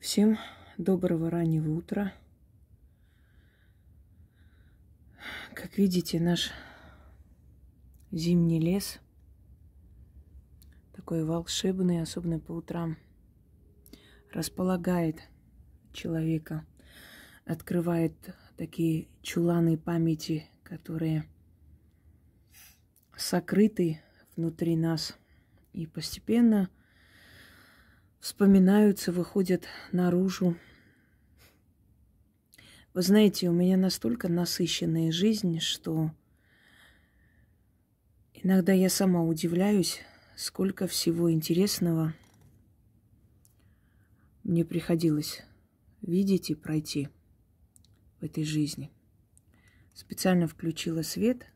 Всем доброго раннего утра. Как видите, наш зимний лес такой волшебный, особенно по утрам, располагает человека, открывает такие чуланы памяти, которые сокрыты внутри нас и постепенно вспоминаются, выходят наружу. Вы знаете, у меня настолько насыщенная жизнь, что иногда я сама удивляюсь, сколько всего интересного мне приходилось видеть и пройти в этой жизни. Специально включила свет,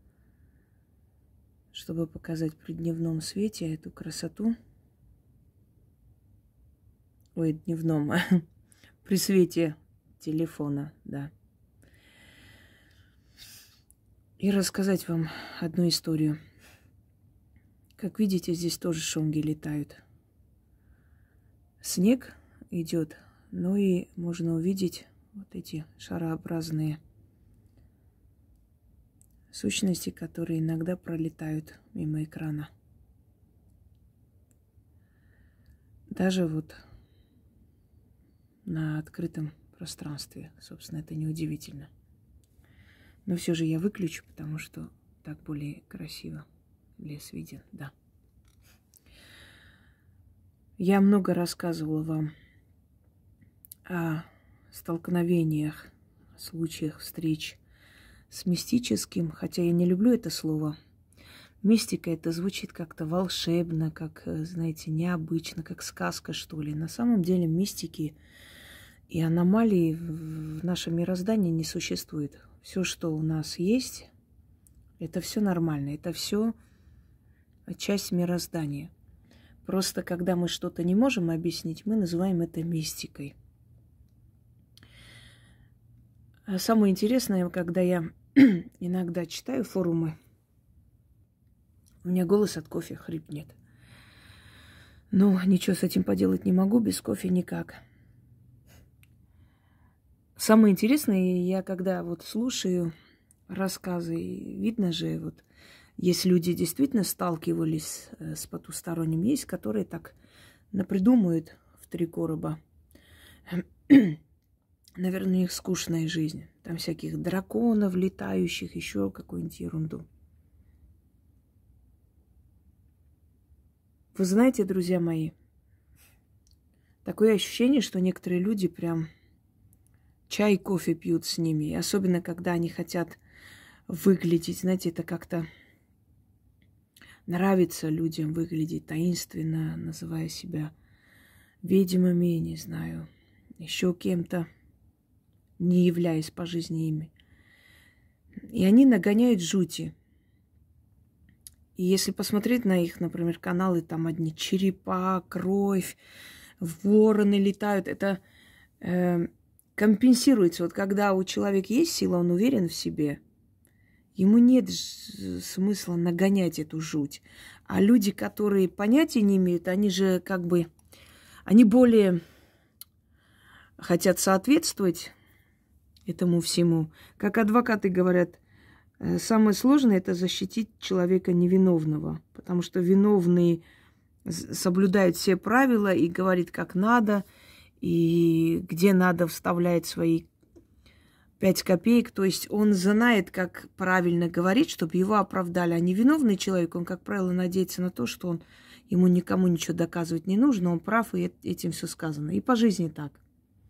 чтобы показать при дневном свете эту красоту. Ой, дневном, при свете телефона, да. И рассказать вам одну историю. Как видите, здесь тоже шонги летают. Снег идет, но и можно увидеть вот эти шарообразные сущности, которые иногда пролетают мимо экрана. Даже вот на открытом пространстве, собственно, это неудивительно. Но все же я выключу, потому что так более красиво лес виден, да. Я много рассказывала вам о столкновениях, случаях встреч с мистическим, хотя я не люблю это слово. Мистика это звучит как-то волшебно, как, знаете, необычно, как сказка, что ли. На самом деле мистики и аномалии в нашем мироздании не существует. Все, что у нас есть, это все нормально, это все часть мироздания. Просто когда мы что-то не можем объяснить, мы называем это мистикой. А самое интересное, когда я иногда читаю форумы, у меня голос от кофе хрипнет. Но ничего с этим поделать не могу, без кофе никак. Самое интересное, я когда вот слушаю рассказы, видно же, вот если люди действительно сталкивались с потусторонним, есть, которые так напридумывают в три короба. Наверное, у них скучная жизнь. Там всяких драконов летающих, еще какую-нибудь ерунду. Вы знаете, друзья мои, такое ощущение, что некоторые люди прям чай и кофе пьют с ними. И особенно, когда они хотят выглядеть, знаете, это как-то нравится людям выглядеть таинственно, называя себя ведьмами, не знаю, еще кем-то, не являясь по жизни ими. И они нагоняют жути. И если посмотреть на их, например, каналы, там одни черепа, кровь, вороны летают, это компенсируется. Вот когда у человека есть сила, он уверен в себе, ему нет смысла нагонять эту жуть. А люди, которые понятия не имеют, они же как бы, они более хотят соответствовать этому всему. Как адвокаты говорят, самое сложное – это защитить человека невиновного, потому что виновный соблюдает все правила и говорит, как надо, и где надо вставляет свои 5 копеек. То есть он знает, как правильно говорить, чтобы его оправдали. А невиновный человек, он, как правило, надеется на то, что ему никому ничего доказывать не нужно, он прав, и этим все сказано. И по жизни так.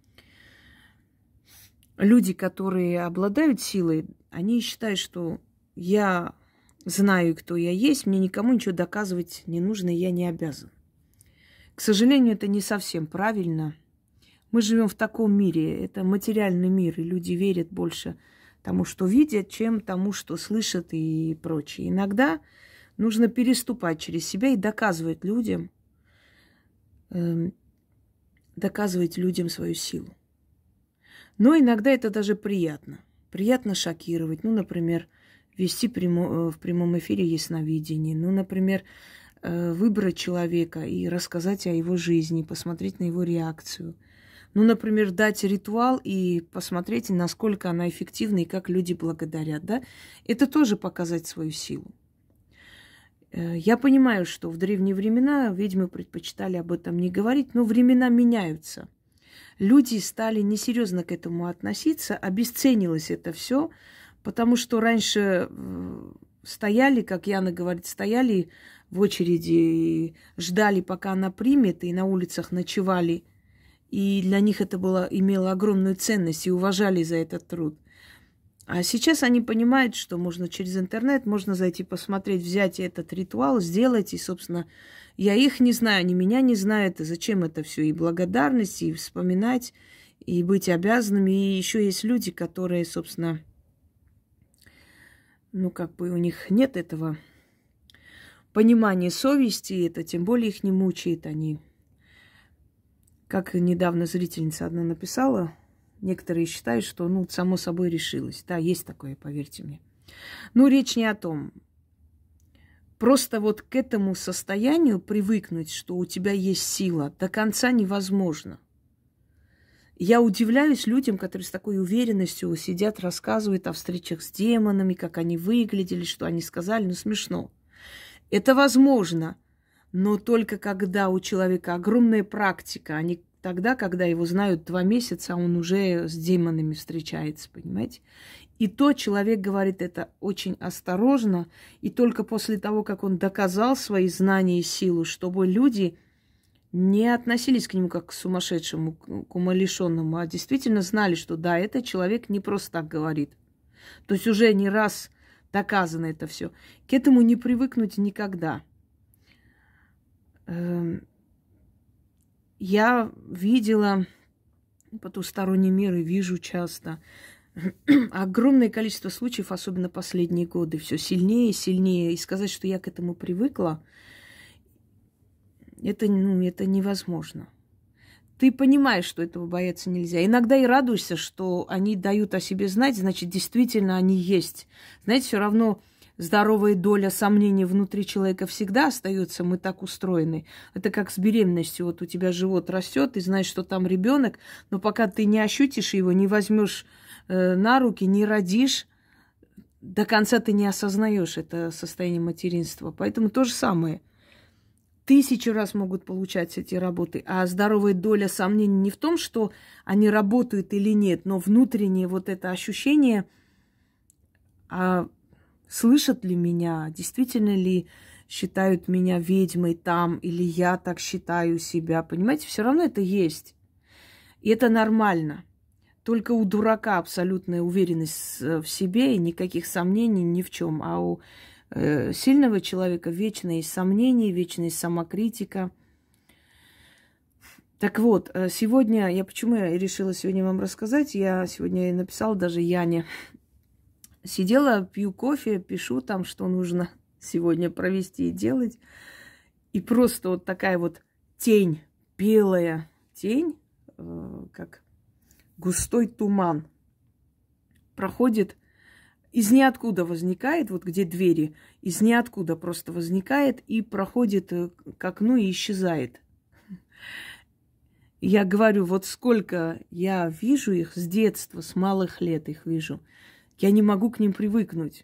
Люди, которые обладают силой, они считают, что я знаю, кто я есть, мне никому ничего доказывать не нужно, и я не обязан. К сожалению, это не совсем правильно. Мы живем в таком мире, это материальный мир, и люди верят больше тому, что видят, чем тому, что слышат и прочее. Иногда нужно переступать через себя и доказывать людям свою силу. Но иногда это даже приятно. Приятно шокировать. Ну, например, вести в прямом эфире ясновидение. Ну, например, выбрать человека и рассказать о его жизни, посмотреть на его реакцию. Ну, например, дать ритуал и посмотреть, насколько она эффективна и как люди благодарят, да? Это тоже показать свою силу. Я понимаю, что в древние времена ведьмы предпочитали об этом не говорить, но времена меняются. Люди стали несерьезно к этому относиться, обесценилось это все, потому что раньше стояли, как Яна говорит, стояли в очереди и ждали, пока она примет, и на улицах ночевали. И для них это имело огромную ценность и уважали за этот труд. А сейчас они понимают, что можно через интернет, можно зайти посмотреть, взять этот ритуал, сделать. И, собственно, я их не знаю, они меня не знают. И зачем это все? И благодарность, и вспоминать, и быть обязанными. И еще есть люди, которые, собственно, ну, как бы у них нет этого понимания совести, это тем более их не мучает. Они, как недавно зрительница одна написала, некоторые считают, что, ну, само собой решилось. Да, есть такое, поверьте мне. Но речь не о том. Просто вот к этому состоянию привыкнуть, что у тебя есть сила, до конца невозможно. Я удивляюсь людям, которые с такой уверенностью сидят, рассказывают о встречах с демонами, как они выглядели, что они сказали. Ну, смешно. Это возможно, но только когда у человека огромная практика, а не тогда, когда его знают 2 месяца, а он уже с демонами встречается, понимаете? И то человек говорит это очень осторожно, и только после того, как он доказал свои знания и силу, чтобы люди не относились к нему как к сумасшедшему, к умалишенному, а действительно знали, что да, этот человек не просто так говорит. То есть уже не раз доказано это все. К этому не привыкнуть никогда. Я видела потусторонний мир и вижу часто огромное количество случаев, особенно последние годы, все сильнее и сильнее. И сказать, что я к этому привыкла, это невозможно. Ты понимаешь, что этого бояться нельзя. Иногда и радуешься, что они дают о себе знать, значит, действительно они есть. Знаете, все равно здоровая доля сомнений внутри человека всегда остается, мы так устроены. Это как с беременностью. Вот у тебя живот растет, ты знаешь, что там ребенок, но пока ты не ощутишь его, не возьмешь на руки, не родишь, до конца ты не осознаешь это состояние материнства. Поэтому то же самое. 1000 раз могут получать эти работы, а здоровая доля сомнений не в том, что они работают или нет, но внутреннее вот это ощущение, а слышат ли меня, действительно ли считают меня ведьмой там, или я так считаю себя, понимаете, все равно это есть. И это нормально. Только у дурака абсолютная уверенность в себе и никаких сомнений ни в чем, а у сильного человека вечно есть сомнения, вечно есть самокритика. Так вот, сегодня, почему я решила сегодня вам рассказать, я сегодня написала даже Яне. Сидела, пью кофе, пишу там, что нужно сегодня провести и делать. И просто вот такая вот тень, белая тень, как густой туман, проходит. Из ниоткуда возникает, вот где двери, из ниоткуда просто возникает и проходит к окну и исчезает. Я говорю, вот сколько я вижу их с детства, с малых лет их вижу, я не могу к ним привыкнуть.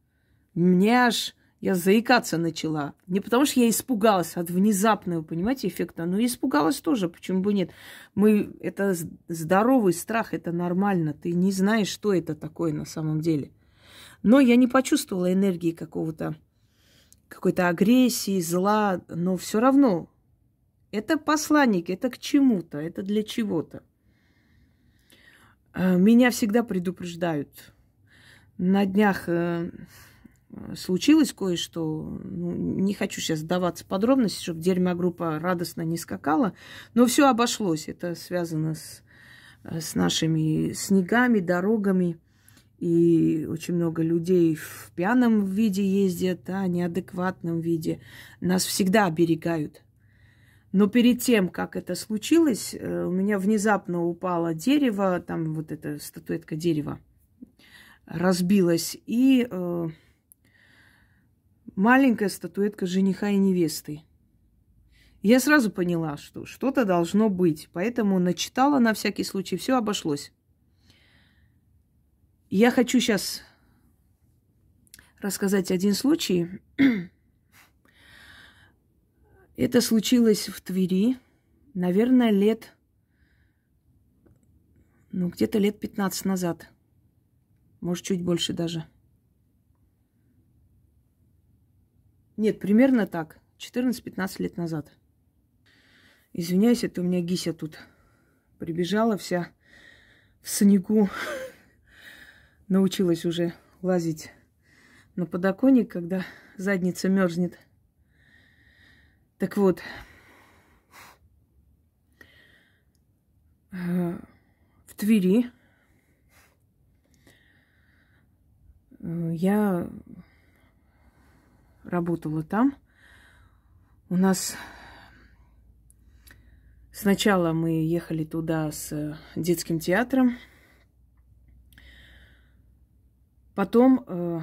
Я заикаться начала. Не потому что я испугалась от внезапного, понимаете, эффекта, но испугалась тоже, почему бы нет. Это здоровый страх, это нормально. Ты не знаешь, что это такое на самом деле. Но я не почувствовала энергии какой-то агрессии, зла, но все равно это посланник, это к чему-то, это для чего-то. Меня всегда предупреждают. На днях случилось кое-что, не хочу сейчас вдаваться в подробности, чтобы дерьмогруппа радостно не скакала, но все обошлось. Это связано с нашими снегами, дорогами. И очень много людей в пьяном виде ездят, да, неадекватном виде. Нас всегда оберегают. Но перед тем, как это случилось, у меня внезапно упало дерево, там вот эта статуэтка дерева разбилась, и маленькая статуэтка жениха и невесты. Я сразу поняла, что что-то должно быть, поэтому начитала на всякий случай, все обошлось. Я хочу сейчас рассказать один случай. Это случилось в Твери, наверное, где-то лет 15 назад. Может, чуть больше даже. Нет, примерно так. 14-15 лет назад. Извиняюсь, это у меня Гися тут прибежала вся в снегу. Научилась уже лазить на подоконник, когда задница мерзнет. Так вот, в Твери я работала там. У нас сначала мы ехали туда с детским театром. Потом...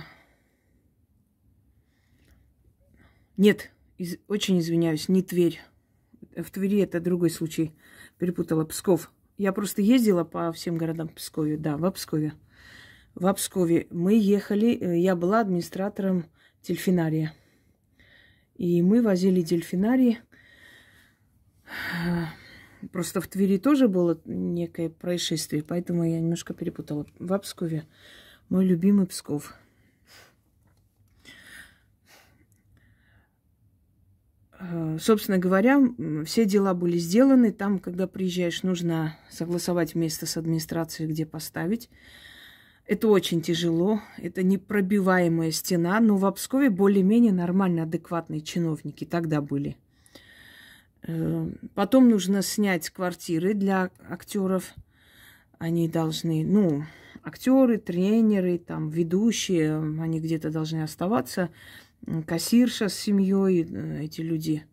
Нет, очень извиняюсь, не Тверь. В Твери это другой случай. Перепутала. Псков. Я просто ездила по всем городам Пскове. Да, в Пскове. В Пскове мы ехали, я была администратором дельфинария. И мы возили дельфинарий. Просто в Твери тоже было некое происшествие, поэтому я немножко перепутала. В Пскове. Мой любимый Псков. Собственно говоря, все дела были сделаны. Там, когда приезжаешь, нужно согласовать место с администрацией, где поставить. Это очень тяжело. Это непробиваемая стена. Но в Пскове более-менее нормально адекватные чиновники тогда были. Потом нужно снять квартиры для актеров. Они должны, актеры, тренеры, там, ведущие, они где-то должны оставаться. Кассирша с семьей, эти люди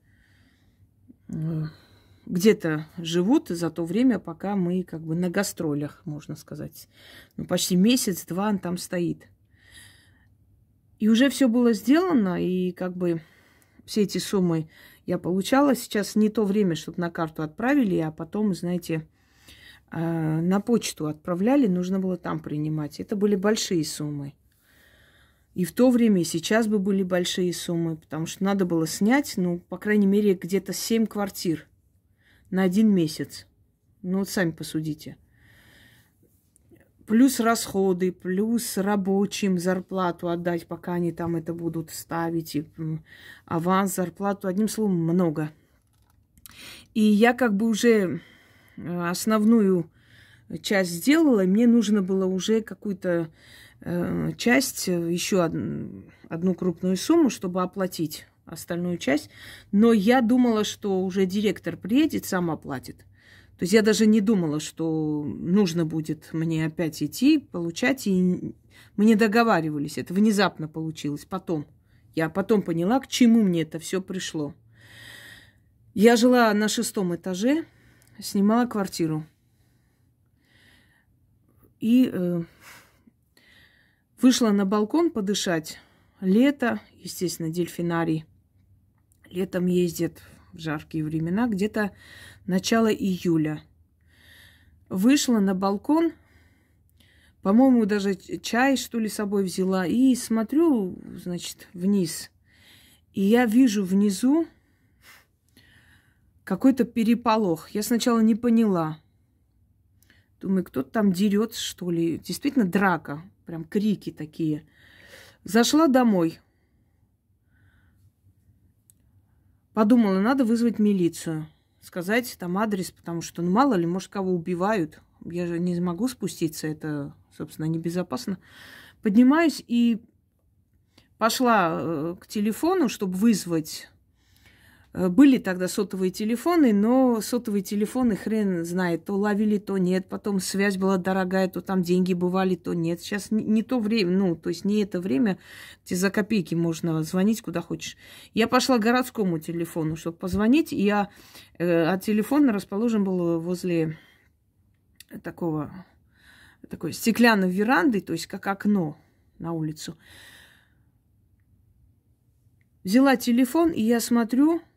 где-то живут за то время, пока мы как бы на гастролях, можно сказать. Почти месяц-два он там стоит. И уже все было сделано, и как бы все эти суммы я получала. Сейчас не то время, чтобы на карту отправили, а потом, знаете, на почту отправляли, нужно было там принимать. Это были большие суммы. И в то время, и сейчас бы были большие суммы, потому что надо было снять, по крайней мере, где-то 7 квартир на 1 месяц. Сами посудите. Плюс расходы, плюс рабочим зарплату отдать, пока они там это будут ставить, и аванс, зарплату, одним словом, много. И я как бы уже основную часть сделала, и мне нужно было уже какую-то часть, еще одну крупную сумму, чтобы оплатить остальную часть. Но я думала, что уже директор приедет, сам оплатит. То есть я даже не думала, что нужно будет мне опять идти, получать. И мы не договаривались. Это внезапно получилось. Потом. Я потом поняла, к чему мне это все пришло. Я жила на 6-м этаже, снимала квартиру. И вышла на балкон подышать. Лето, естественно, дельфинарий. Летом ездят в жаркие времена, где-то начало июля. Вышла на балкон, по-моему, даже чай, что ли, с собой взяла. И смотрю, значит, вниз. И я вижу внизу какой-то переполох. Я сначала не поняла. Думаю, кто-то там дерется, что ли. Действительно, драка. Прям крики такие. Зашла домой. Подумала, надо вызвать милицию. Сказать там адрес, потому что, мало ли, может, кого убивают. Я же не могу спуститься, это, собственно, небезопасно. Поднимаюсь и пошла к телефону, чтобы вызвать. Были тогда сотовые телефоны, но сотовые телефоны хрен знает, то ловили, то нет. Потом связь была дорогая, то там деньги бывали, то нет. Сейчас не то время, то есть не это время, где за копейки можно звонить куда хочешь. Я пошла к городскому телефону, чтобы позвонить. И телефон расположен был возле такой стеклянной веранды, то есть как окно на улицу. Взяла телефон, и я смотрю,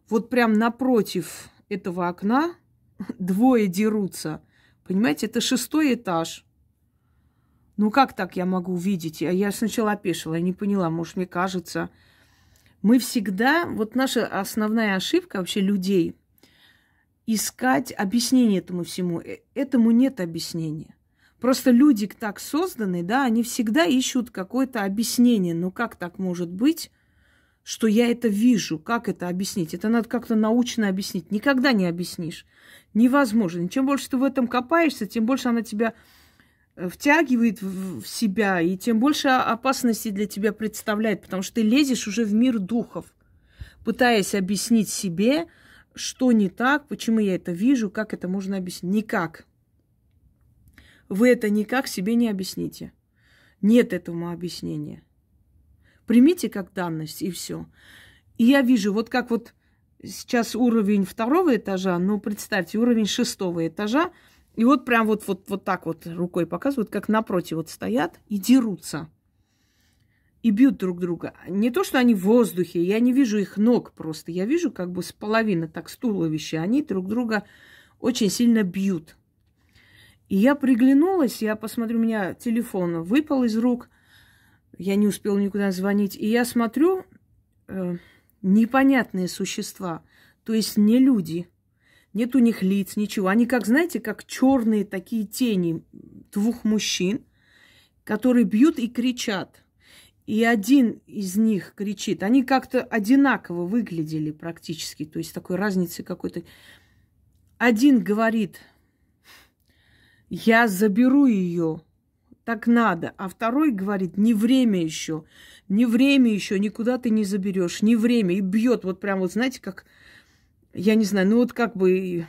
Вот прям напротив этого окна двое дерутся. Понимаете, это 6-й этаж. Ну как так я могу видеть? Я сначала опешила, я не поняла, может, мне кажется. Мы всегда, вот наша основная ошибка вообще людей, искать объяснение этому всему. Этому нет объяснения. Просто люди так созданы, да, они всегда ищут какое-то объяснение. Ну как так может быть, что я это вижу? Как это объяснить? Это надо как-то научно объяснить. Никогда не объяснишь. Невозможно. Чем больше ты в этом копаешься, тем больше она тебя втягивает в себя, и тем больше опасностей для тебя представляет, потому что ты лезешь уже в мир духов, пытаясь объяснить себе, что не так, почему я это вижу, как это можно объяснить. Никак. Вы это никак себе не объясните. Нет этому объяснения. Примите как данность, и все. И я вижу, вот как вот сейчас уровень 2-го этажа, ну, представьте, уровень 6-го этажа, и вот прям вот так вот рукой показывают, как напротив вот стоят и дерутся. И бьют друг друга. Не то, что они в воздухе, я не вижу их ног просто. Я вижу как бы с половины, так, с туловища. Они друг друга очень сильно бьют. И я приглянулась, я посмотрю, у меня телефон выпал из рук. Я не успела никуда звонить. И я смотрю, непонятные существа. То есть не люди. Нет у них лиц, ничего. Они, как, знаете, как черные такие тени 2 мужчин, которые бьют и кричат. И один из них кричит. Они как-то одинаково выглядели практически. То есть такой разницы какой-то. Один говорит: я заберу ее, так надо. А второй говорит: не время еще, не время еще, никуда ты не заберешь, не время. И бьет вот прям вот, знаете, как, я не знаю, ну вот как бы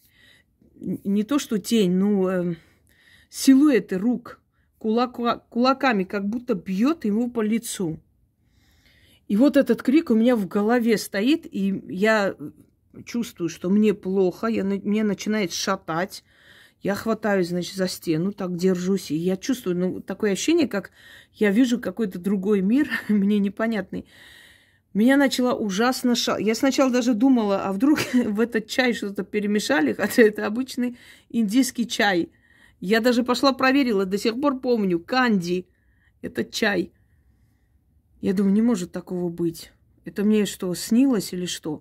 не то, что тень, ну силуэты рук кулаками как будто бьет ему по лицу. И вот этот крик у меня в голове стоит, и я чувствую, что мне плохо, мне начинает шатать. Я хватаюсь, значит, за стену, так держусь, и я чувствую, ну, такое ощущение, как я вижу какой-то другой мир, мне непонятный. Меня начало ужасно шатать. Я сначала даже думала, а вдруг в этот чай что-то перемешали, хотя это обычный индийский чай. Я даже пошла проверила, до сих пор помню, канди, это чай. Я думаю, не может такого быть. Это мне что, снилось или что?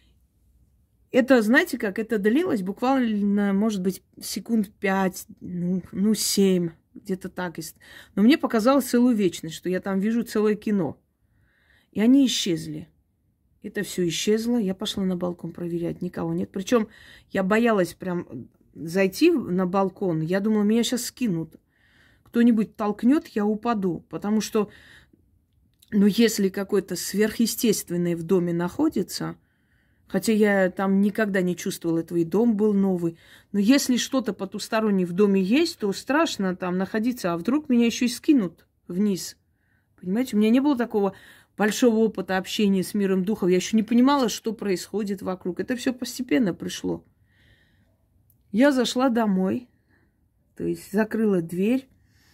Это, знаете как, это длилось буквально, может быть, секунд 5, ну 7, где-то так. Но мне показалось целую вечность, что я там вижу целое кино. И они исчезли. Это все исчезло. Я пошла на балкон проверять, никого нет. Причем я боялась прям зайти на балкон. Я думала, меня сейчас скинут. Кто-нибудь толкнет, я упаду. Потому что, ну, если какое-то сверхъестественное в доме находится, хотя я там никогда не чувствовала этого, и дом был новый, но если что-то потустороннее в доме есть, то страшно там находиться. А вдруг меня еще и скинут вниз? Понимаете, у меня не было такого большого опыта общения с миром духов. Я еще не понимала, что происходит вокруг. Это все постепенно пришло. Я зашла домой, то есть закрыла дверь,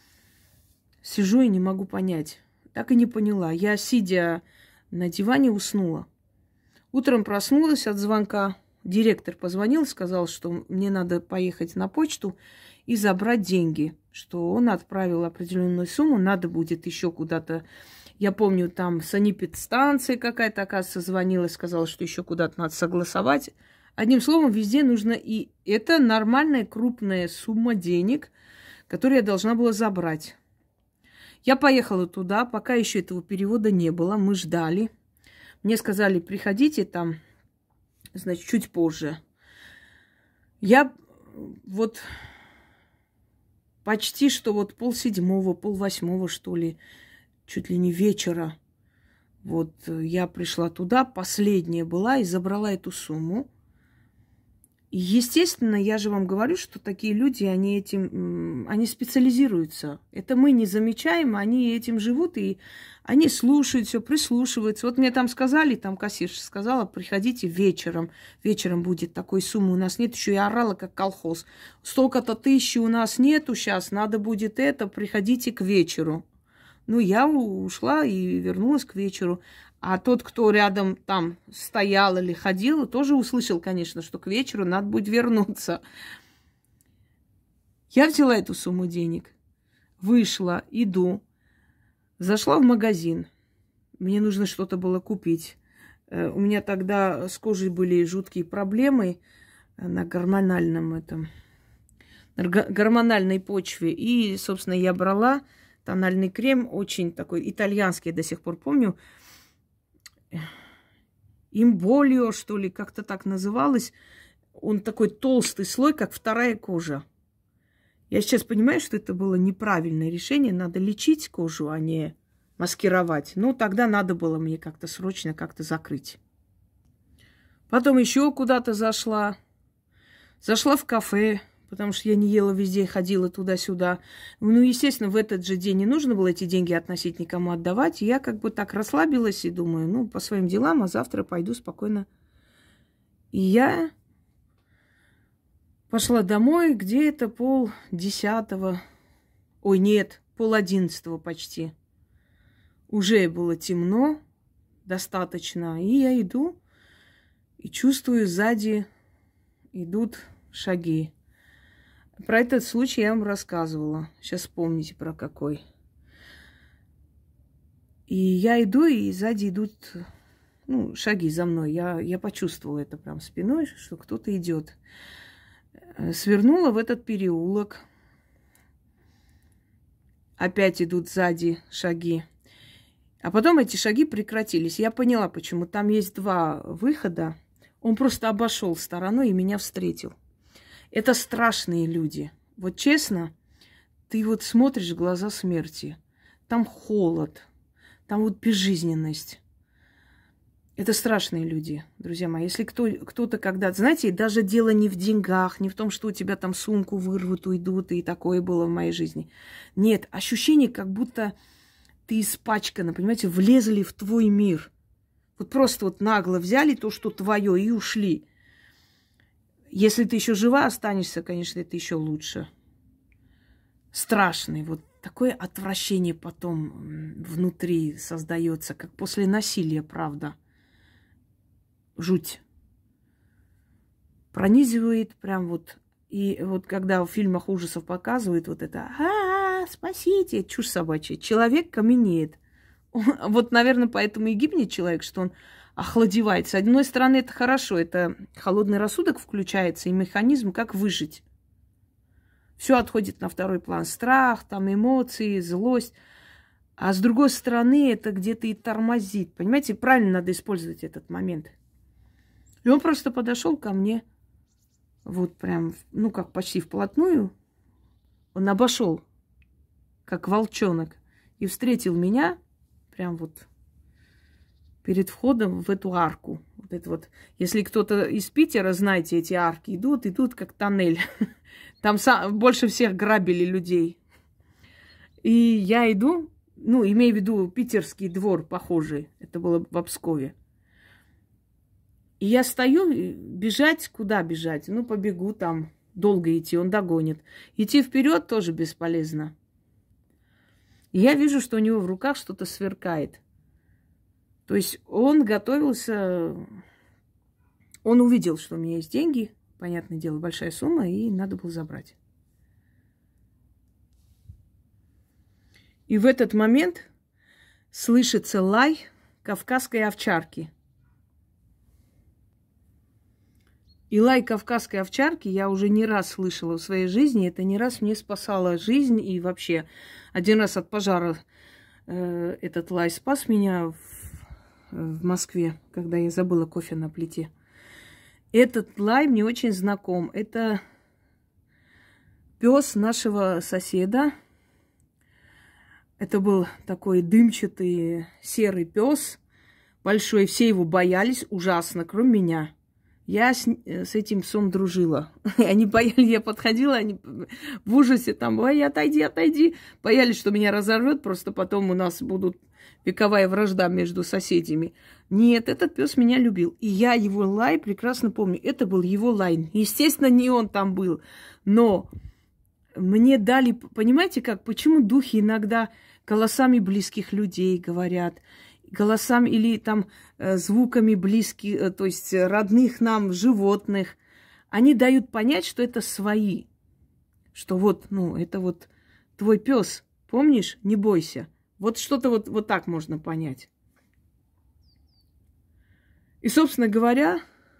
сижу и не могу понять. Так и не поняла. Я, сидя на диване, уснула. Утром проснулась от звонка. Директор позвонил, сказал, что мне надо поехать на почту и забрать деньги, что он отправил определенную сумму, надо будет еще куда-то. Я помню, там санэпидстанция какая-то, оказывается, звонила, сказала, что еще куда-то надо согласовать. Одним словом, везде нужно, и это нормальная крупная сумма денег, которую я должна была забрать. Я поехала туда, пока еще этого перевода не было, мы ждали. Мне сказали, приходите там, значит, чуть позже. Я вот почти что вот 6:30, 7:30, что ли, чуть ли не вечера. Вот я пришла туда, последняя была, и забрала эту сумму. И, естественно, я же вам говорю, что такие люди, они специализируются. Это мы не замечаем, они этим живут, и они слушают все, прислушиваются. Вот мне там сказали, там кассирша сказала, приходите вечером. Вечером будет такой суммы у нас нет. Еще я орала, как колхоз. Столько-то тысяч у нас нету сейчас, надо будет это, приходите к вечеру. Ну, я ушла и вернулась к вечеру. А тот, кто рядом там стоял или ходил, тоже услышал, конечно, что к вечеру надо будет вернуться. Я взяла эту сумму денег, вышла, иду, зашла в магазин. Мне нужно что-то было купить. У меня тогда с кожей были жуткие проблемы на гормональной почве. И, собственно, я брала тональный крем, очень такой итальянский, я до сих пор помню. Имболио, что ли, как-то так называлось. Он такой толстый слой, как вторая кожа. Я сейчас понимаю, что это было неправильное решение. Надо лечить кожу, а не маскировать. Ну, тогда надо было мне как-то срочно как-то закрыть. Потом еще куда-то зашла. Зашла в кафе, потому что я не ела везде, ходила туда-сюда. Ну, естественно, в этот же день не нужно было эти деньги относить, никому отдавать. И я как бы так расслабилась и думаю, ну, по своим делам, а завтра пойду спокойно. И я пошла домой где-то 9:30. Ой, нет, 10:30 почти. Уже было темно достаточно. И я иду и чувствую, сзади идут шаги. Про этот случай я вам рассказывала. Сейчас вспомните, про какой. И я иду, и сзади идут шаги за мной. Я почувствовала это прям спиной, что кто-то идет. Свернула в этот переулок. Опять идут сзади шаги. А потом эти шаги прекратились. Я поняла, почему. Там есть 2 выхода. Он просто обошел стороной и меня встретил. Это страшные люди. Вот честно, ты вот смотришь в глаза смерти. Там холод, там вот безжизненность. Это страшные люди, друзья мои. Если кто-то когда-то... Знаете, даже дело не в деньгах, не в том, что у тебя там сумку вырвут, уйдут, и такое было в моей жизни. Нет, ощущение, как будто ты испачкана, понимаете, влезли в твой мир. Вот просто вот нагло взяли то, что твое, и ушли. Если ты еще жива останешься, конечно, это еще лучше. Страшный. Вот такое отвращение потом внутри создается, как после насилия, правда. Жуть. Пронизывает прям вот. И вот когда в фильмах ужасов показывают вот это спасите, чушь собачья. Человек каменеет. Вот, наверное, поэтому и гибнет человек, что он охладевает. С одной стороны, это хорошо, это холодный рассудок включается, и механизм, как выжить. Все отходит на второй план. Страх, там эмоции, злость. А с другой стороны, это где-то и тормозит. Понимаете, правильно надо использовать этот момент. И он просто подошел ко мне, вот прям, как почти вплотную. Он обошел, как волчонок, и встретил меня прям вот перед входом в эту арку. Вот это вот. Если кто-то из Питера, знаете, эти арки идут как тоннель. Там больше всех грабили людей. И я иду, имею в виду питерский двор похожий. Это было в Пскове. И я стою, бежать, куда бежать? Побегу там, долго идти, он догонит. Идти вперед тоже бесполезно. И я вижу, что у него в руках что-то сверкает. То есть он готовился, он увидел, что у меня есть деньги, понятное дело, большая сумма, и надо было забрать. И в этот момент слышится лай кавказской овчарки. И лай кавказской овчарки я уже не раз слышала в своей жизни. Это не раз мне спасало жизнь. И вообще, один раз от пожара этот лай спас меня в Москве, когда я забыла кофе на плите. Этот лай мне очень знаком. Это пес нашего соседа. Это был такой дымчатый серый пес, большой. Все его боялись ужасно, кроме меня. Я с этим псом дружила. Они боялись, я подходила, они в ужасе там, ой, отойди. Боялись, что меня разорвет, просто потом у нас будут вековая вражда между соседями. Нет, этот пес меня любил. И я его лай прекрасно помню. Это был его лай. Естественно, не он там был. Но мне дали, понимаете как, почему духи иногда голосами близких людей говорят, голосам или там звуками близких, то есть родных нам животных, они дают понять, что это свои. Что вот, ну, это вот твой пес, помнишь? Не бойся. Вот что-то вот так можно понять. И, собственно говоря,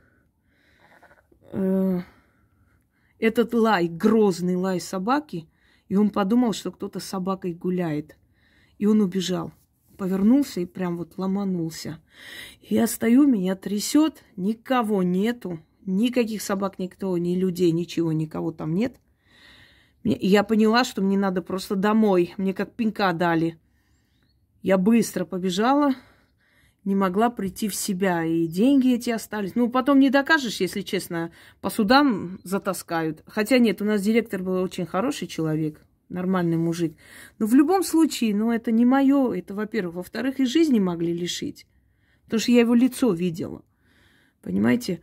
этот лай, грозный лай собаки, и он подумал, что кто-то с собакой гуляет. И он убежал. Повернулся и прям вот ломанулся. Я стою, меня трясет, никого нету. Никаких собак, никто, ни людей, ничего, никого там нет. И я поняла, что мне надо просто домой. Мне как пинка дали. Я быстро побежала, не могла прийти в себя. И деньги эти остались. Ну, потом не докажешь, если честно. По судам затаскают. Хотя нет, у нас директор был очень хороший человек. Нормальный мужик. Но в любом случае, ну, это не мое. Это, во-первых. Во-вторых, и жизни могли лишить. Потому что я его лицо видела. Понимаете?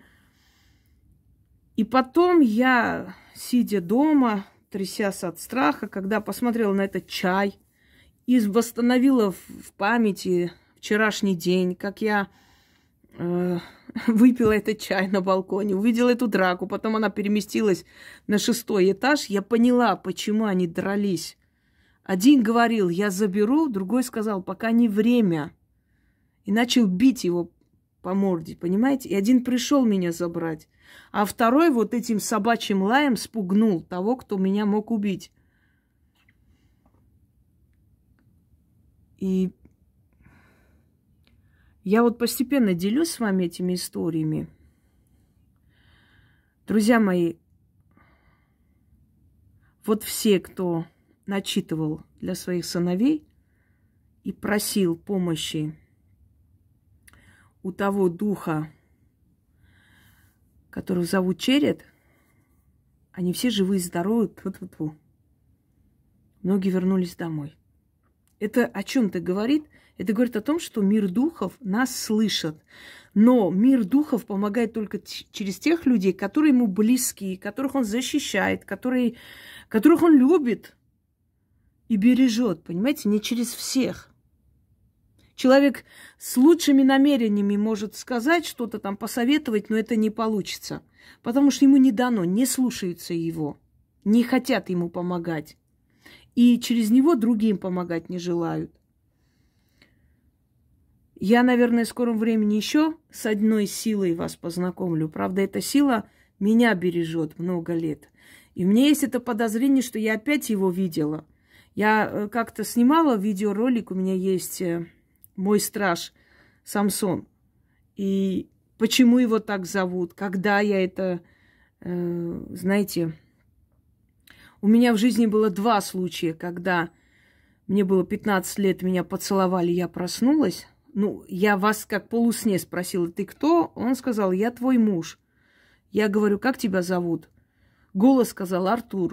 И потом я, сидя дома, трясясь от страха, когда посмотрела на этот чай и восстановила в памяти вчерашний день, как я выпила этот чай на балконе, увидела эту драку, потом она переместилась на 6-й этаж, я поняла, почему они дрались. Один говорил, я заберу, другой сказал, пока не время. И начал бить его по морде, понимаете? И один пришел меня забрать, а второй вот этим собачьим лаем спугнул того, кто меня мог убить. И я вот постепенно делюсь с вами этими историями. Друзья мои, вот все, кто начитывал для своих сыновей и просил помощи у того духа, которого зовут Черед, они все живые, здоровые. Тьфу-тьфу-тьфу. Многие вернулись домой. Это о чем-то говорит? Это говорит о том, что мир духов нас слышит. Но мир духов помогает только через тех людей, которые ему близки, которых он защищает, которых он любит и бережет. Понимаете, не через всех. Человек с лучшими намерениями может сказать что-то там, посоветовать, но это не получится. Потому что ему не дано, не слушаются его, не хотят ему помогать. И через него другим помогать не желают. Я, наверное, в скором времени еще с одной силой вас познакомлю. Правда, эта сила меня бережет много лет. И у меня есть это подозрение, что я опять его видела. Я как-то снимала видеоролик, у меня есть мой страж Самсон. И почему его так зовут? Когда я это, знаете... У меня в жизни было 2 случая, когда мне было 15 лет, меня поцеловали, я проснулась. Ну, я вас как полусне спросила, ты кто? Он сказал, я твой муж. Я говорю, как тебя зовут? Голос сказал, Артур.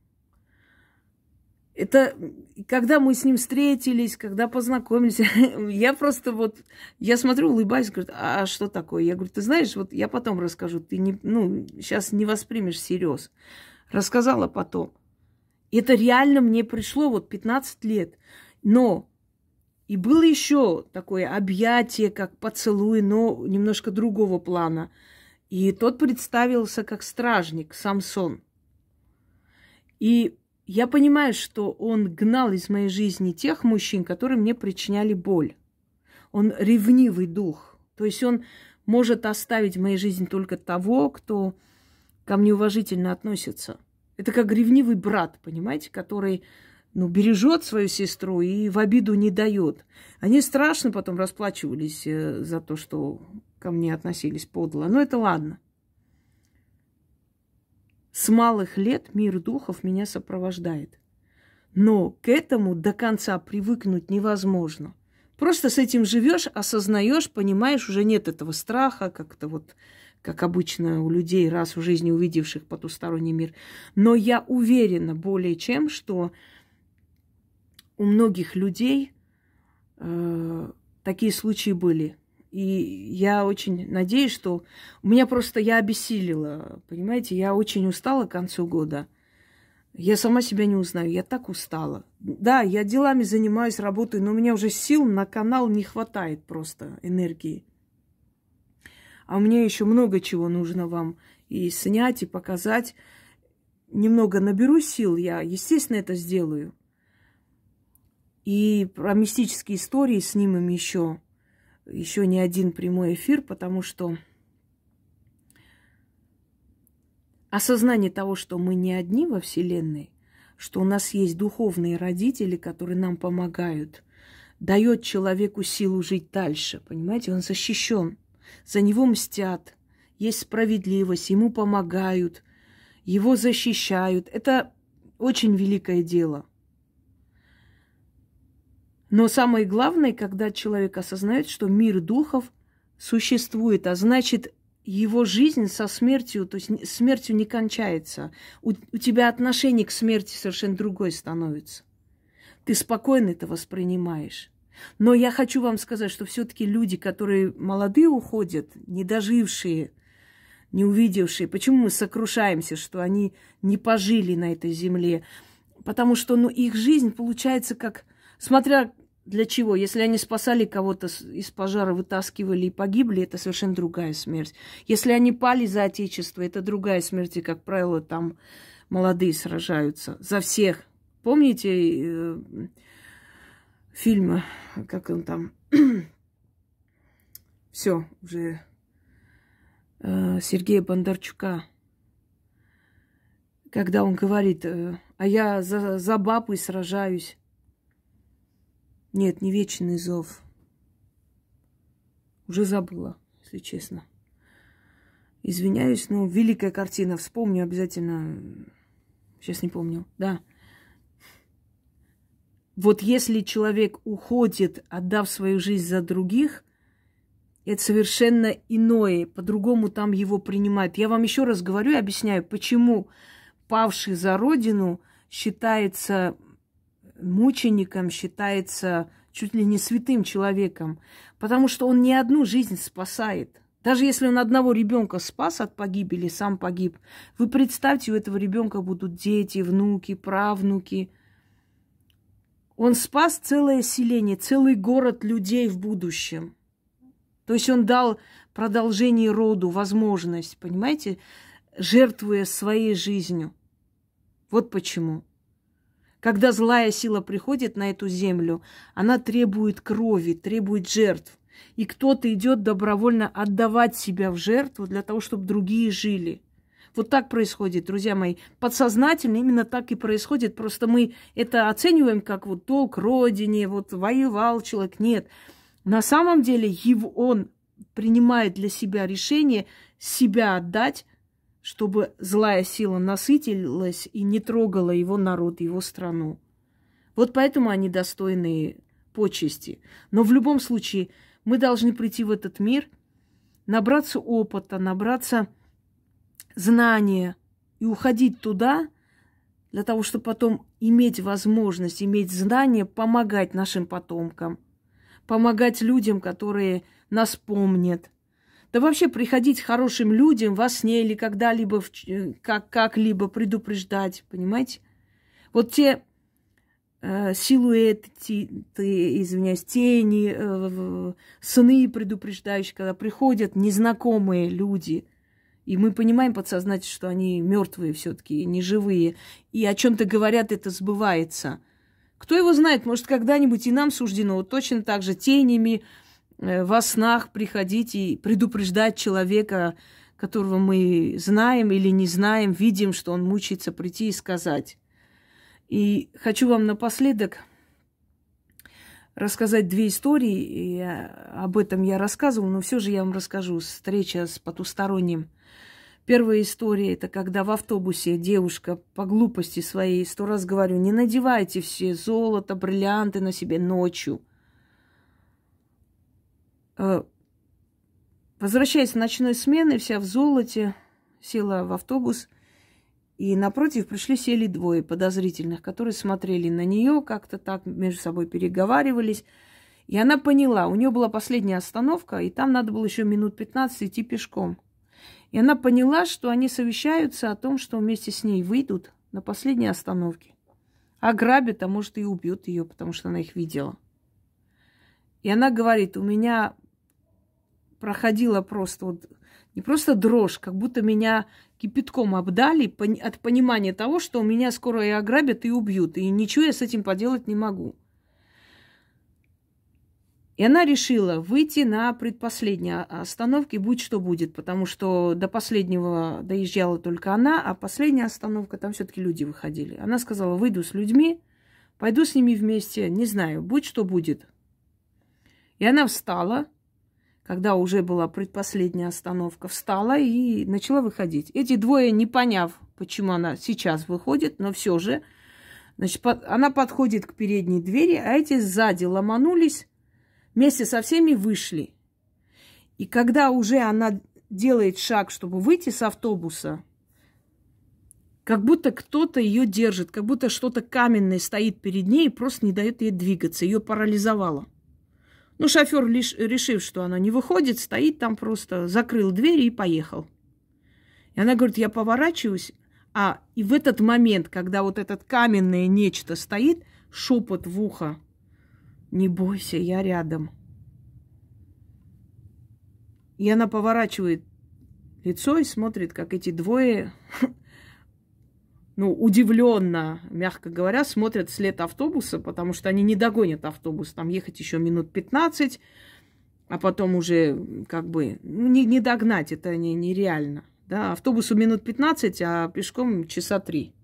Это когда мы с ним встретились, когда познакомились, я просто вот, я смотрю, улыбаюсь, говорю, а что такое? Я говорю, ты знаешь, вот я потом расскажу, ты не, ну, сейчас не воспримешь всерьез. Рассказала потом. Это реально мне пришло вот 15 лет. Но и было еще такое объятие, как поцелуй, но немножко другого плана. И тот представился как стражник, Самсон. И я понимаю, что он гнал из моей жизни тех мужчин, которые мне причиняли боль. Он ревнивый дух. То есть он может оставить в моей жизни только того, кто ко мне уважительно относится. Это как ревнивый брат, понимаете, который, ну, бережет свою сестру и в обиду не дает. Они страшно потом расплачивались за то, что ко мне относились подло. Но это ладно. С малых лет мир духов меня сопровождает. Но к этому до конца привыкнуть невозможно. Просто с этим живешь, осознаешь, понимаешь, уже нет этого страха, как-то вот, как обычно у людей, раз в жизни увидевших потусторонний мир. Но я уверена более чем, что у многих людей такие случаи были. И я очень надеюсь, что... У меня просто, я обессилила, понимаете, я очень устала к концу года. Я сама себя не узнаю, я так устала. Да, я делами занимаюсь, работаю, но у меня уже сил на канал не хватает просто энергии. А у меня еще много чего нужно вам и снять, и показать. Немного наберу сил, я, естественно, это сделаю. И про мистические истории снимем еще не один прямой эфир, потому что осознание того, что мы не одни во Вселенной, что у нас есть духовные родители, которые нам помогают, дает человеку силу жить дальше. Понимаете, он защищен. За него мстят, есть справедливость, ему помогают, его защищают. Это очень великое дело. Но самое главное, когда человек осознает, что мир духов существует, а значит, его жизнь со смертью, то есть смертью не кончается. У тебя отношение к смерти совершенно другое становится. Ты спокойно это воспринимаешь. Но я хочу вам сказать, что все-таки люди, которые молодые уходят, не дожившие, не увидевшие, почему мы сокрушаемся, что они не пожили на этой земле? Потому что их жизнь получается как... Смотря для чего. Если они спасали кого-то из пожара, вытаскивали и погибли, это совершенно другая смерть. Если они пали за Отечество, это другая смерть. И, как правило, там молодые сражаются за всех. Помните фильм, как он там... Все, уже Сергея Бондарчука, когда он говорит, а я за бабой сражаюсь. Нет, не вечный зов. Уже забыла, если честно. Извиняюсь, но великая картина. Вспомню обязательно. Сейчас не помню. Да. Вот если человек уходит, отдав свою жизнь за других, это совершенно иное. По-другому там его принимают. Я вам еще раз говорю и объясняю, почему павший за родину считается мучеником, считается чуть ли не святым человеком, потому что он не одну жизнь спасает. Даже если он одного ребенка спас от погибели, сам погиб, вы представьте, у этого ребенка будут дети, внуки, правнуки. Он спас целое селение, целый город людей в будущем. То есть он дал продолжение роду, возможность, понимаете, жертвуя своей жизнью. Вот почему. Когда злая сила приходит на эту землю, она требует крови, требует жертв. И кто-то идет добровольно отдавать себя в жертву для того, чтобы другие жили. Вот так происходит, друзья мои. Подсознательно именно так и происходит. Просто мы это оцениваем как вот долг родине, вот воевал человек. Нет. На самом деле он принимает для себя решение себя отдать, чтобы злая сила насытилась и не трогала его народ, его страну. Вот поэтому они достойны почести. Но в любом случае мы должны прийти в этот мир, набраться опыта, набраться знания и уходить туда, для того, чтобы потом иметь возможность, иметь знания, помогать нашим потомкам, помогать людям, которые нас помнят. Да вообще приходить хорошим людям во сне или когда-либо, как-либо предупреждать, понимаете? Вот те силуэты, извиняюсь, тени, сны предупреждающие, когда приходят незнакомые люди, и мы понимаем подсознательно, что они мертвые все-таки, не живые, и о чем-то говорят, это сбывается. Кто его знает, может, когда-нибудь и нам суждено вот точно так же тенями во снах приходить и предупреждать человека, которого мы знаем или не знаем, видим, что он мучается, прийти и сказать. И хочу вам напоследок рассказать две истории. И об этом я рассказывала, но все же я вам расскажу. Встреча с потусторонним. Первая история – это когда в автобусе девушка по глупости своей, 100 раз говорю, не надевайте все золото, бриллианты на себе ночью. Возвращаясь с ночной смены, вся в золоте, села в автобус, и напротив сели двое подозрительных, которые смотрели на нее, как-то так между собой переговаривались. И она поняла, у нее была последняя остановка, и там надо было еще минут 15 идти пешком. И она поняла, что они совещаются о том, что вместе с ней выйдут на последней остановке. Ограбит, а может и убьет ее, потому что она их видела. И она говорит, у меня проходила просто вот, не просто дрожь, как будто меня кипятком обдали от понимания того, что меня скоро и ограбят, и убьют. И ничего я с этим поделать не могу. И она решила выйти на предпоследней остановке, будь что будет, потому что до последнего доезжала только она, а последняя остановка, там все-таки люди выходили. Она сказала, выйду с людьми, пойду с ними вместе, не знаю, будь что будет. И она встала, когда уже была предпоследняя остановка, встала и начала выходить. Эти двое, не поняв, почему она сейчас выходит, но все же, значит, она подходит к передней двери, а эти сзади ломанулись, вместе со всеми вышли. И когда уже она делает шаг, чтобы выйти с автобуса, как будто кто-то ее держит, как будто что-то каменное стоит перед ней и просто не дает ей двигаться, ее парализовало. Ну, шофер, лишь решив, что она не выходит, стоит там просто, закрыл дверь и поехал. И она говорит, я поворачиваюсь, и в этот момент, когда вот этот каменное нечто стоит, шепот в ухо, не бойся, я рядом. И она поворачивает лицо и смотрит, как эти двое, удивленно, мягко говоря, смотрят вслед автобуса, потому что они не догонят автобус. Там ехать еще минут 15, а потом уже не догнать, это нереально. Да? Автобусу минут 15, а пешком часа 3.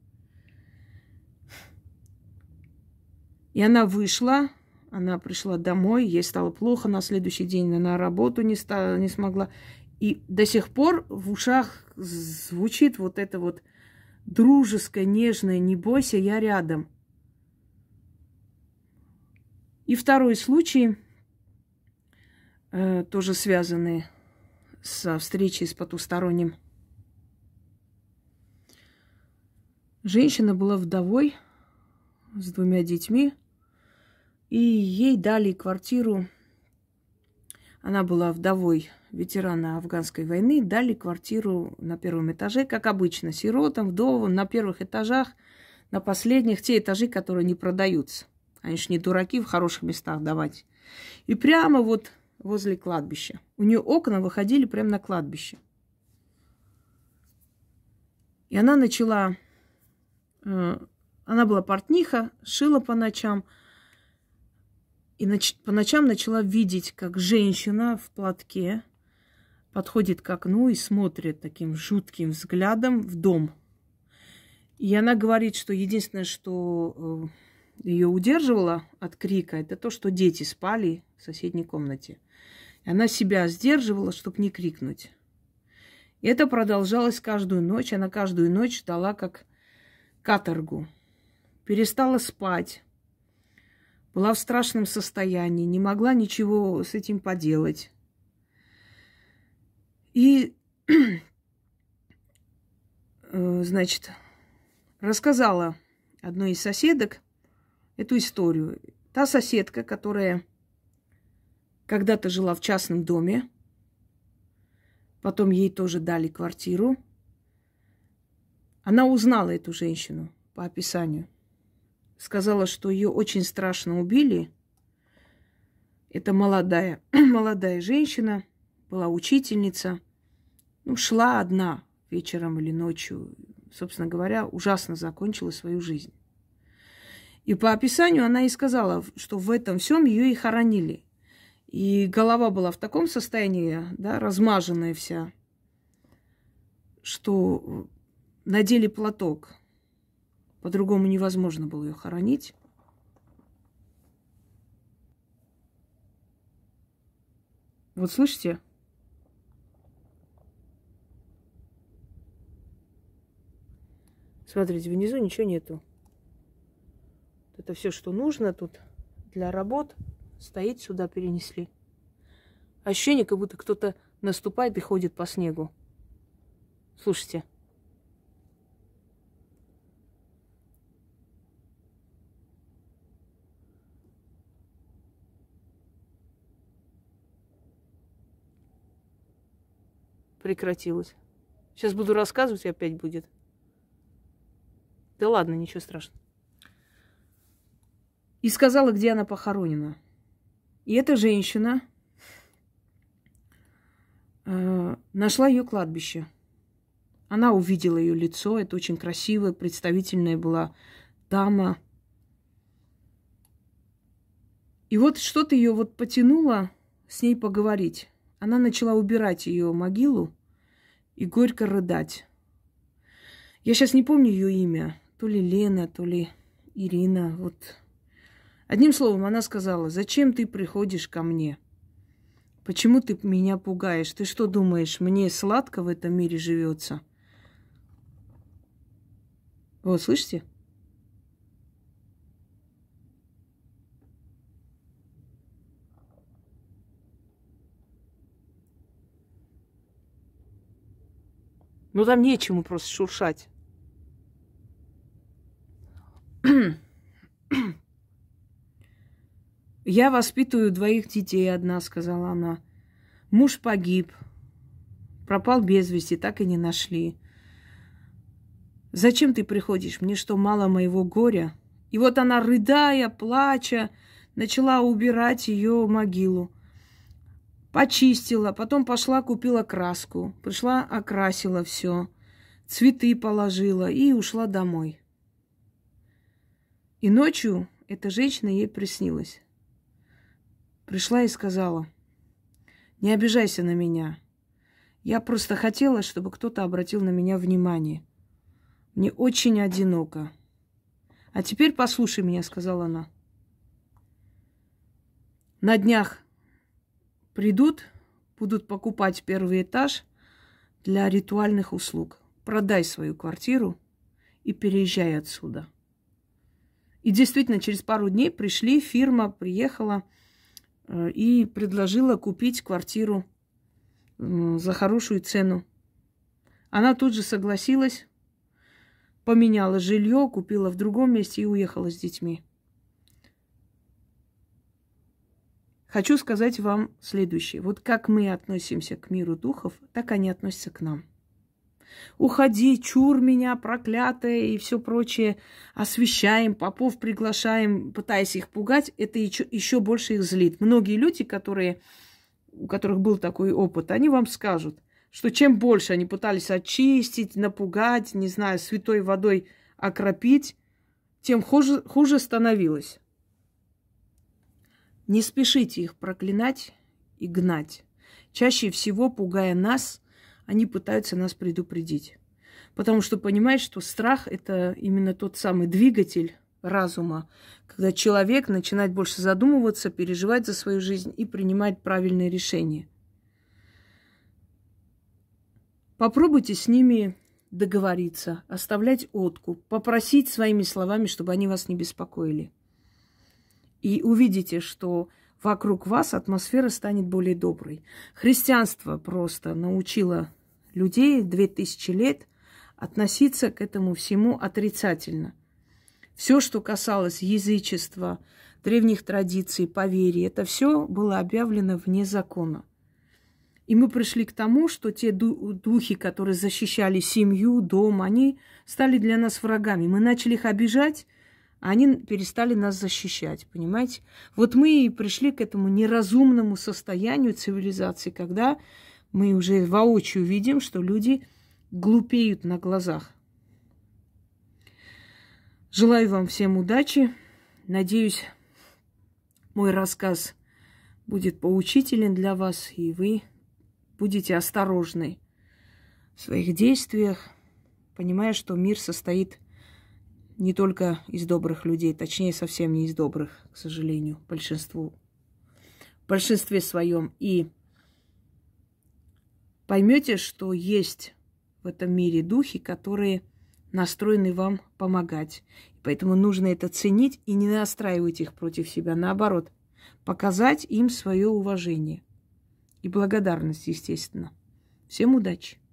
И она вышла. Она пришла домой, ей стало плохо, на следующий день она на работу не смогла. И до сих пор в ушах звучит вот это вот дружеское, нежное «не бойся, я рядом». И второй случай, тоже связанный со встречей с потусторонним. Женщина была вдовой с 2 детьми. И ей дали квартиру, она была вдовой ветерана афганской войны, дали квартиру на 1 этаже, как обычно, сиротам, вдовам, на 1 этажах, на последних, те этажи, которые не продаются. Они ж не дураки в хороших местах давать. И прямо вот возле кладбища. У нее окна выходили прямо на кладбище. И она начала, она была портниха, шила по ночам, и по ночам начала видеть, как женщина в платке подходит к окну и смотрит таким жутким взглядом в дом. И она говорит, что единственное, что ее удерживало от крика, это то, что дети спали в соседней комнате. И она себя сдерживала, чтобы не крикнуть. И это продолжалось каждую ночь. Она каждую ночь ждала как каторгу. Перестала спать. Была в страшном состоянии, не могла ничего с этим поделать. И, значит, рассказала одной из соседок эту историю. Та соседка, которая когда-то жила в частном доме, потом ей тоже дали квартиру, она узнала эту женщину по описанию. Сказала, что ее очень страшно убили. Это молодая женщина, была учительница. Шла одна вечером или ночью. Собственно говоря, ужасно закончила свою жизнь. И по описанию она и сказала, что в этом всем ее и хоронили. И голова была в таком состоянии, да, размаженная вся, что надели платок. По-другому невозможно было ее хоронить. Вот слышите? Смотрите, внизу ничего нету. Это все, что нужно тут для работ, стоит, сюда перенесли. Ощущение, как будто кто-то наступает и ходит по снегу. Слушайте. Прекратилось. Сейчас буду рассказывать, и опять будет. Да ладно, ничего страшного. И сказала, где она похоронена. И эта женщина нашла ее кладбище. Она увидела ее лицо. Это очень красивая, представительная была дама. И вот что-то ее вот потянуло с ней поговорить. Она начала убирать ее могилу и горько рыдать. Я сейчас не помню ее имя. То ли Лена, то ли Ирина. Вот. Одним словом, она сказала: зачем ты приходишь ко мне? Почему ты меня пугаешь? Ты что думаешь, мне сладко в этом мире живется? Вот, слышите? Ну, там нечему просто шуршать. Я воспитываю 2 детей одна, сказала она. Муж погиб, пропал без вести, так и не нашли. Зачем ты приходишь? Мне что, мало моего горя? И вот она, рыдая, плача, начала убирать ее могилу. Почистила, потом пошла, купила краску. Пришла, окрасила все, цветы положила и ушла домой. И ночью эта женщина ей приснилась. Пришла и сказала: не обижайся на меня. Я просто хотела, чтобы кто-то обратил на меня внимание. Мне очень одиноко. А теперь послушай меня, сказала она. На днях придут, будут покупать 1-й этаж для ритуальных услуг. Продай свою квартиру и переезжай отсюда. И действительно, через пару дней фирма приехала и предложила купить квартиру за хорошую цену. Она тут же согласилась, поменяла жилье, купила в другом месте и уехала с детьми. Хочу сказать вам следующее. Вот как мы относимся к миру духов, так они относятся к нам. Уходи, чур меня, проклятая и все прочее. Освещаем, попов приглашаем, пытаясь их пугать. Это еще больше их злит. Многие люди, у которых был такой опыт, они вам скажут, что чем больше они пытались очистить, напугать, не знаю, святой водой окропить, тем хуже становилось. Не спешите их проклинать и гнать. Чаще всего, пугая нас, они пытаются нас предупредить. Потому что понимают, что страх – это именно тот самый двигатель разума, когда человек начинает больше задумываться, переживать за свою жизнь и принимать правильные решения. Попробуйте с ними договориться, оставлять откуп, попросить своими словами, чтобы они вас не беспокоили. И увидите, что вокруг вас атмосфера станет более доброй. Христианство просто научило людей 2000 лет относиться к этому всему отрицательно. Все, что касалось язычества, древних традиций, поверий, это все было объявлено вне закона. И мы пришли к тому, что те духи, которые защищали семью, дом, они стали для нас врагами. Мы начали их обижать, а они перестали нас защищать, понимаете? Вот мы и пришли к этому неразумному состоянию цивилизации, когда мы уже воочию видим, что люди глупеют на глазах. Желаю вам всем удачи. Надеюсь, мой рассказ будет поучителен для вас, и вы будете осторожны в своих действиях, понимая, что мир состоит не только из добрых людей, точнее, совсем не из добрых, к сожалению, в большинстве своем. И поймете, что есть в этом мире духи, которые настроены вам помогать. Поэтому нужно это ценить и не настраивать их против себя. Наоборот, показать им свое уважение и благодарность, естественно. Всем удачи!